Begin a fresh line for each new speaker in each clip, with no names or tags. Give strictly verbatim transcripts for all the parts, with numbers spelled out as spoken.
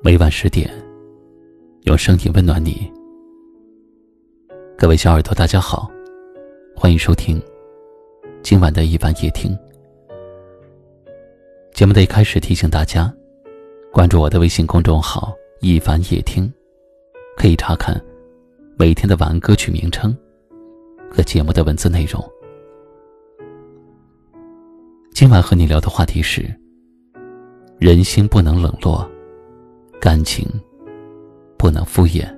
每晚十点，用声音温暖你。各位小耳朵大家好，欢迎收听今晚的一晚夜听。节目的一开始提醒大家，关注我的微信公众号一晚夜听，可以查看每天的晚安歌曲名称和节目的文字内容。今晚和你聊的话题是，人心不能冷落，感情不能敷衍。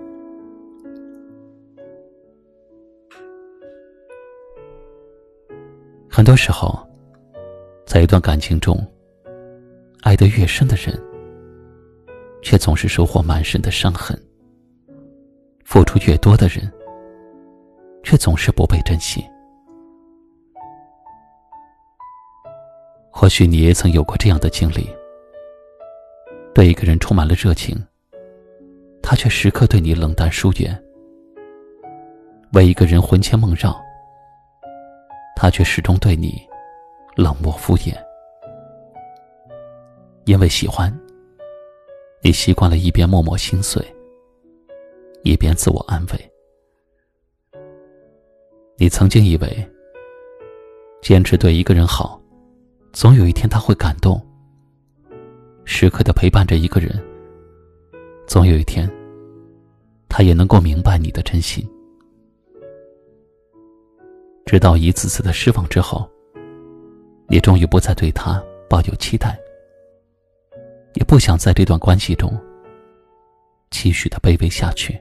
很多时候，在一段感情中，爱得越深的人，却总是收获满身的伤痕；付出越多的人，却总是不被珍惜。或许你也曾有过这样的经历，对一个人充满了热情，他却时刻对你冷淡疏远；为一个人魂牵梦绕，他却始终对你冷漠敷衍。因为喜欢，你习惯了一边默默心碎，一边自我安慰。你曾经以为，坚持对一个人好，总有一天他会感动；时刻地陪伴着一个人，总有一天他也能够明白你的真心。直到一次次的失望之后，你终于不再对他抱有期待，也不想在这段关系中继续的卑微下去。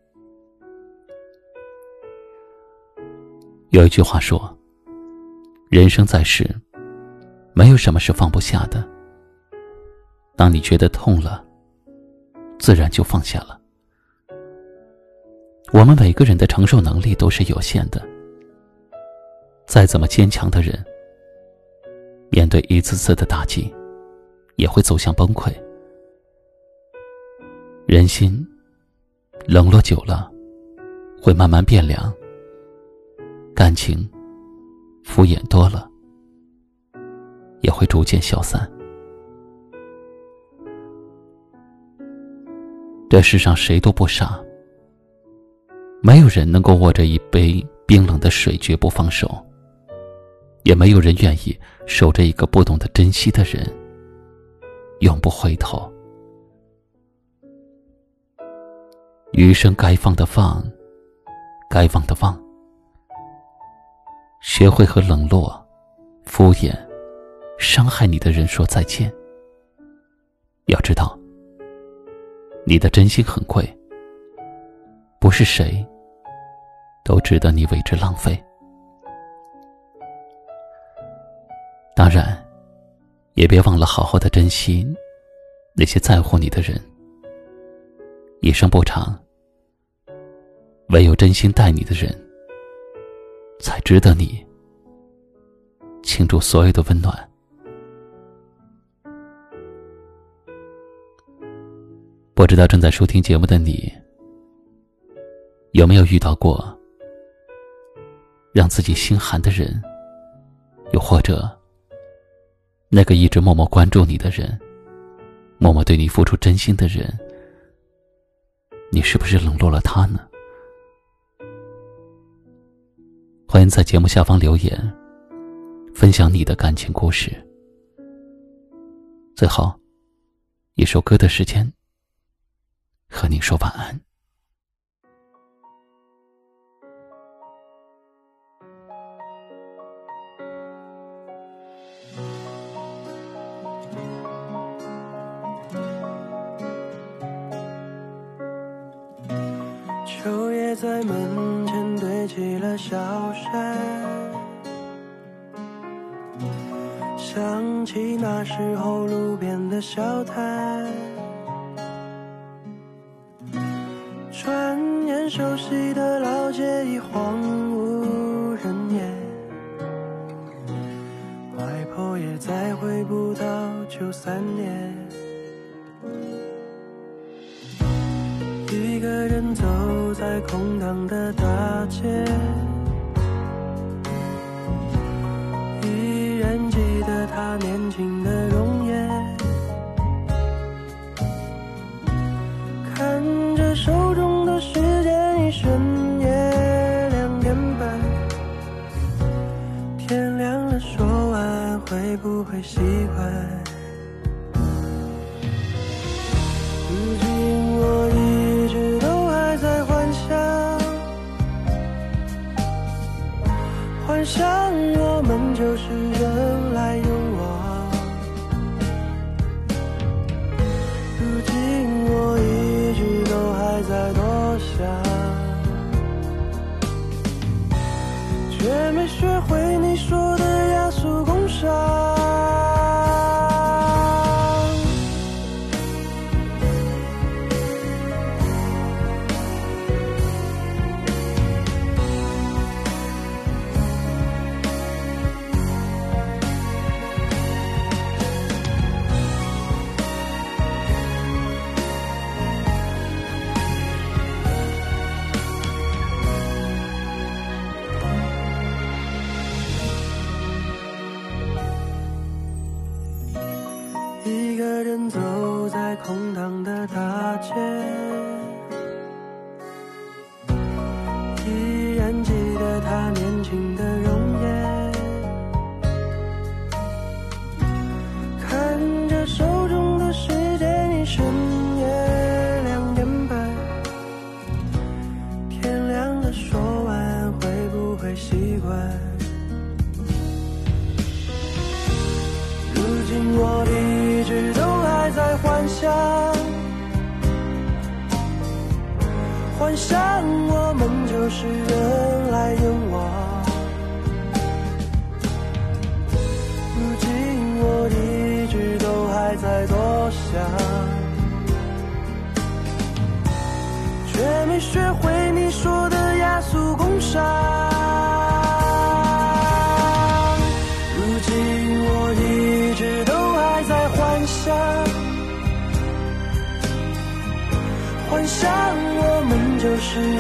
有一句话说，人生在世，没有什么是放不下的。当你觉得痛了，自然就放下了。我们每个人的承受能力都是有限的，再怎么坚强的人，面对一次次的打击，也会走向崩溃。人心冷落久了，会慢慢变凉；感情敷衍多了，也会逐渐消散。这世上谁都不傻，没有人能够握着一杯冰冷的水绝不放手，也没有人愿意守着一个不懂得珍惜的人永不回头。余生该放的放，该忘的忘，学会和冷落、敷衍、伤害你的人说再见。要知道，你的真心很贵，不是谁都值得你为之浪费。当然，也别忘了好好的珍惜那些在乎你的人。一生不长，唯有真心待你的人，才值得你倾注所有的温暖。不知道正在收听节目的你，有没有遇到过让自己心寒的人，又或者那个一直默默关注你的人，默默对你付出真心的人，你是不是冷落了他呢？欢迎在节目下方留言，分享你的感情故事。最后，一首歌的时间，和你说晚安。
秋叶在门前堆起了小山，想起那时候路边的小摊，转眼熟悉的老街已荒无人烟，外婆也再回不到九三年。一个人走在空荡的大街，依然记得他年轻的容颜。 你深夜两点半，天亮了说完会不会习惯？如今我一直都还在幻想，幻想我们就是人来永往。如今我一直都还在多想，却没学会你说的雅俗共赏。一个人走在空荡的大街，依然记得他年轻的容颜，看着手中的时间已深夜两点半，天亮了说完会不会习惯？如今我一直都还在幻想，幻想我们就是人来人往。如今我一直都还在多想，却没学会你说的雅俗共赏。如今我一直都还在幻想，幻想我们就是